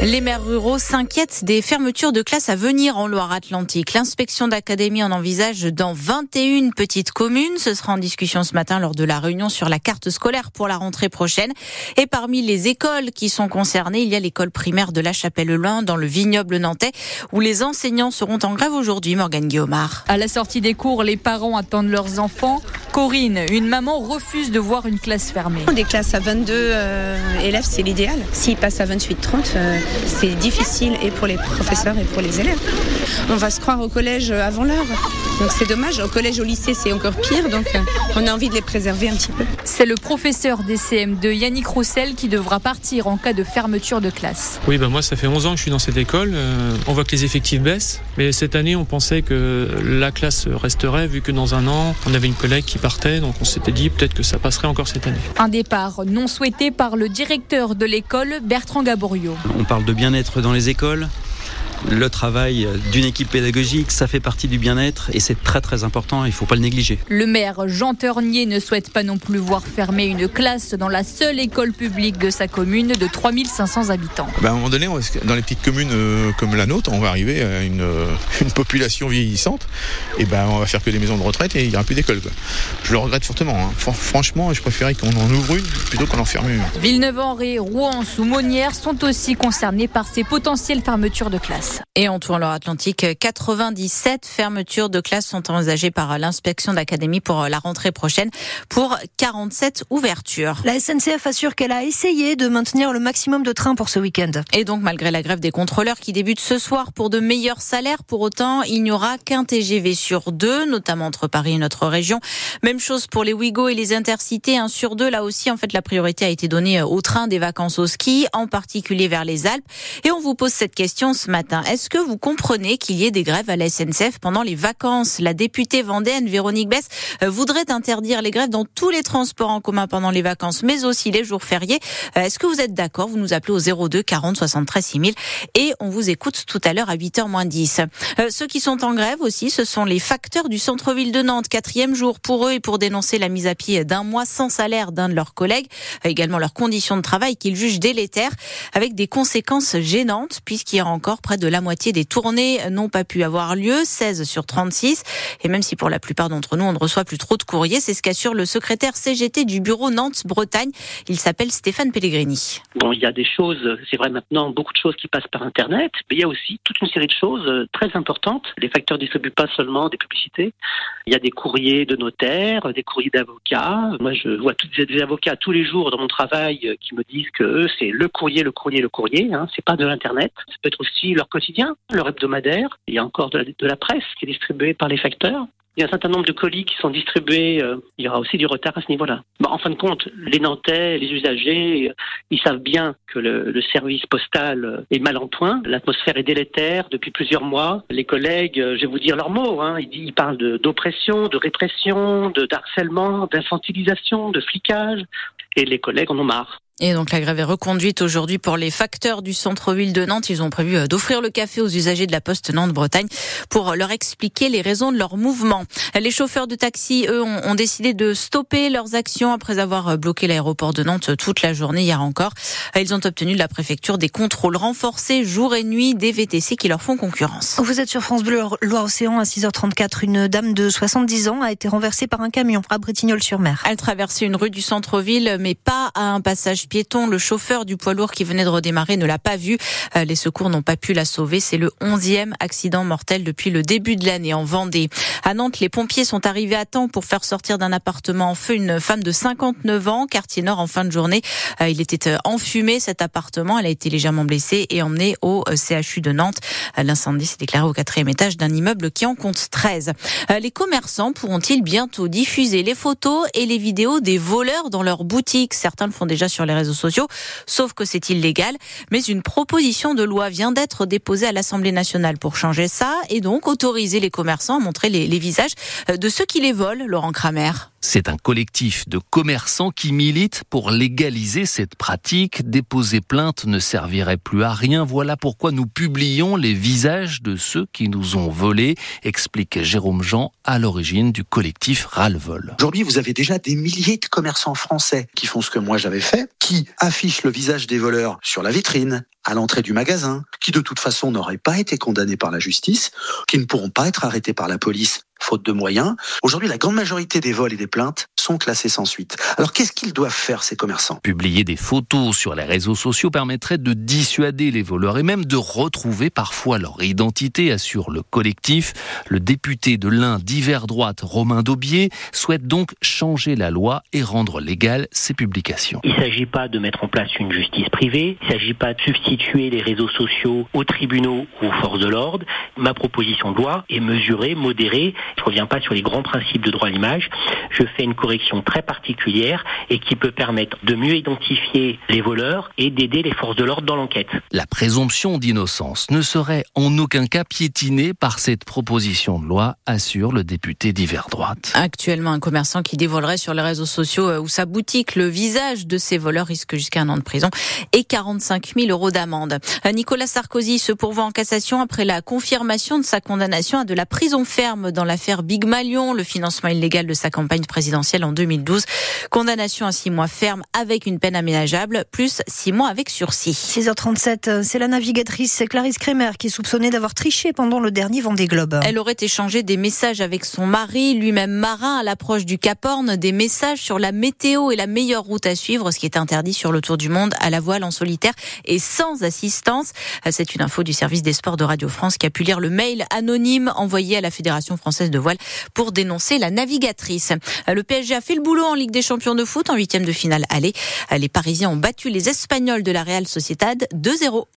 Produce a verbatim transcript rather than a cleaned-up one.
Les maires ruraux s'inquiètent des fermetures de classes à venir en Loire-Atlantique. L'inspection d'académie en envisage dans vingt et une petites communes. Ce sera en discussion ce matin lors de la réunion sur la carte scolaire pour la rentrée prochaine. Et parmi les écoles qui sont concernées, il y a l'école primaire de La Chapelle-Lin dans le vignoble nantais où les enseignants seront en grève aujourd'hui. Morgane Guillaumard. À la sortie des cours, les parents attendent leurs enfants. Corinne, une maman, refuse de voir une classe fermée. Des classes à vingt-deux euh, élèves, c'est l'idéal. S'ils passent à vingt-huit trente, euh, c'est difficile et pour les professeurs et pour les élèves. On va se croire au collège avant l'heure. Donc c'est dommage. Au collège, au lycée, c'est encore pire. Donc euh, on a envie de les préserver un petit peu. C'est le professeur des C M deux, Yannick Roussel, qui devra partir en cas de fermeture de classe. Oui, bah moi, ça fait onze ans que je suis dans cette école. Euh, on voit que les effectifs baissent. Mais cette année, on pensait que la classe resterait, vu que dans un an, on avait une collègue qui partait. Donc on s'était dit peut-être que ça passerait encore cette année. Un départ non souhaité par le directeur de l'école, Bertrand Gaborio. On parle de bien-être dans les écoles. Le travail d'une équipe pédagogique, ça fait partie du bien-être et c'est très très important, il ne faut pas le négliger. Le maire Jean Teurnier ne souhaite pas non plus voir fermer une classe dans la seule école publique de sa commune de trois mille cinq cents habitants. Ben à un moment donné, dans les petites communes euh, comme la nôtre, on va arriver à une, euh, une population vieillissante et ben on va faire que des maisons de retraite et il n'y aura plus d'école. Quoi. Je le regrette fortement. Hein. Franchement, je préférais qu'on en ouvre une plutôt qu'on en ferme une. Villeneuve-en-Ré, Rouen ou Monnières sont aussi concernés par ces potentielles fermetures de classes. Et en tout en Loire-Atlantique, quatre-vingt-dix-sept fermetures de classes sont envisagées par l'inspection d'académie pour la rentrée prochaine pour quarante-sept ouvertures. La S N C F assure qu'elle a essayé de maintenir le maximum de trains pour ce week-end. Et donc, malgré la grève des contrôleurs qui débute ce soir pour de meilleurs salaires, pour autant, il n'y aura qu'un T G V sur deux, notamment entre Paris et notre région. Même chose pour les Ouigo et les Intercités, un sur deux. Là aussi, en fait, la priorité a été donnée aux trains des vacances au ski, en particulier vers les Alpes. Et on vous pose cette question ce matin. Est-ce que vous comprenez qu'il y ait des grèves à la S N C F pendant les vacances? La députée vendéenne Véronique Besse voudrait interdire les grèves dans tous les transports en commun pendant les vacances, mais aussi les jours fériés. Est-ce que vous êtes d'accord? Vous nous appelez au zéro deux quarante soixante-treize six mille et on vous écoute tout à l'heure à huit heures moins dix. Euh, ceux qui sont en grève aussi, ce sont les facteurs du centre-ville de Nantes. Quatrième jour pour eux et pour dénoncer la mise à pied d'un mois sans salaire d'un de leurs collègues. Également leurs conditions de travail qu'ils jugent délétères avec des conséquences gênantes puisqu'il y a encore près de la moitié des tournées n'ont pas pu avoir lieu, seize sur trente-six. Et même si pour la plupart d'entre nous, on ne reçoit plus trop de courriers, c'est ce qu'assure le secrétaire C G T du bureau Nantes-Bretagne. Il s'appelle Stéphane Pellegrini. Bon, il y a des choses, c'est vrai maintenant, beaucoup de choses qui passent par Internet, mais il y a aussi toute une série de choses très importantes. Les facteurs ne distribuent pas seulement des publicités. Il y a des courriers de notaires, des courriers d'avocats. Moi, je vois tous des avocats tous les jours dans mon travail qui me disent que eux, c'est le courrier, le courrier, le courrier. Hein, c'est pas de l'Internet. Ça peut être aussi leur quotidien, leur hebdomadaire. Il y a encore de la, de la presse qui est distribuée par les facteurs. Il y a un certain nombre de colis qui sont distribués. Euh, il y aura aussi du retard à ce niveau-là. Bon, en fin de compte, les Nantais, les usagers, euh, ils savent bien que le, le service postal est mal en point. L'atmosphère est délétère depuis plusieurs mois. Les collègues, euh, je vais vous dire leurs mots, hein, ils, ils parlent de, d'oppression, de répression, de d'harcèlement, d'infantilisation, de flicage. Et les collègues en ont marre. Et donc la grève est reconduite aujourd'hui pour les facteurs du centre-ville de Nantes. Ils ont prévu d'offrir le café aux usagers de la Poste Nantes-Bretagne pour leur expliquer les raisons de leur mouvement. Les chauffeurs de taxi, eux, ont, ont décidé de stopper leurs actions après avoir bloqué l'aéroport de Nantes toute la journée hier encore. Ils ont obtenu de la préfecture des contrôles renforcés jour et nuit des V T C qui leur font concurrence. Vous êtes sur France Bleu Loire-Océan à six heures trente-quatre. Une dame de soixante-dix ans a été renversée par un camion à Bretignolles-sur-Mer. Elle traversait une rue du centre-ville, mais pas à un passage piéton. Le chauffeur du poids lourd qui venait de redémarrer ne l'a pas vu. Les secours n'ont pas pu la sauver. C'est le onzième accident mortel depuis le début de l'année en Vendée. À Nantes, les pompiers sont arrivés à temps pour faire sortir d'un appartement en feu une femme de cinquante-neuf ans, quartier nord en fin de journée. Il était enfumé cet appartement. Elle a été légèrement blessée et emmenée au C H U de Nantes. L'incendie s'est déclaré au quatrième étage d'un immeuble qui en compte treize. Les commerçants pourront-ils bientôt diffuser les photos et les vidéos des voleurs dans leurs boutiques? Certains le font déjà sur les réseaux sociaux. Sauf que c'est illégal. Mais une proposition de loi vient d'être déposée à l'Assemblée nationale pour changer ça et donc autoriser les commerçants à montrer les, les visages de ceux qui les volent, Laurent Kramer. C'est un collectif de commerçants qui milite pour légaliser cette pratique. Déposer plainte ne servirait plus à rien. Voilà pourquoi nous publions les visages de ceux qui nous ont volés, explique Jérôme Jean, à l'origine du collectif Ras-le-Vol. Aujourd'hui, vous avez déjà des milliers de commerçants français qui font ce que moi j'avais fait, qui affichent le visage des voleurs sur la vitrine, à l'entrée du magasin, qui de toute façon n'auraient pas été condamnés par la justice, qui ne pourront pas être arrêtés par la police faute de moyens. Aujourd'hui, la grande majorité des vols et des plaintes sont classés sans suite. Alors qu'est-ce qu'ils doivent faire, ces commerçants ? Publier des photos sur les réseaux sociaux permettrait de dissuader les voleurs et même de retrouver parfois leur identité, assure le collectif. Le député de l'Ain d'hiver droite, Romain Daubier, souhaite donc changer la loi et rendre légales ces publications. Il ne s'agit pas de mettre en place une justice privée, il ne s'agit pas de substituer les réseaux sociaux aux tribunaux ou aux forces de l'ordre. Ma proposition de loi est mesurée, modérée. Je ne reviens pas sur les grands principes de droit à l'image. Je fais une correction très particulière et qui peut permettre de mieux identifier les voleurs et d'aider les forces de l'ordre dans l'enquête. La présomption d'innocence ne serait en aucun cas piétinée par cette proposition de loi, assure le député d'hiver droite. Actuellement, un commerçant qui dévoilerait sur les réseaux sociaux ou sa boutique le visage de ses voleurs risque jusqu'à un an de prison et quarante-cinq mille euros d'amende. Nicolas Sarkozy se pourvoit en cassation après la confirmation de sa condamnation à de la prison ferme dans l'affaire Big Malion, le financement illégal de sa campagne présidentielle en deux mille douze. Condamnation à six mois ferme avec une peine aménageable, plus six mois avec sursis. six heures trente-sept, c'est la navigatrice Clarisse Kremer qui est soupçonnée d'avoir triché pendant le dernier Vendée Globe. Elle aurait échangé des messages avec son mari, lui-même marin, à l'approche du Cap Horn, des messages sur la météo et la meilleure route à suivre, ce qui est interdit sur le tour du monde à la voile en solitaire et sans assistance. C'est une info du service des sports de Radio France qui a pu lire le mail anonyme envoyé à la Fédération française de voile pour dénoncer la navigatrice. Le P S G a fait le boulot en Ligue des champions de foot en huitième de finale aller. Les Parisiens ont battu les Espagnols de la Real Sociedad deux zéro.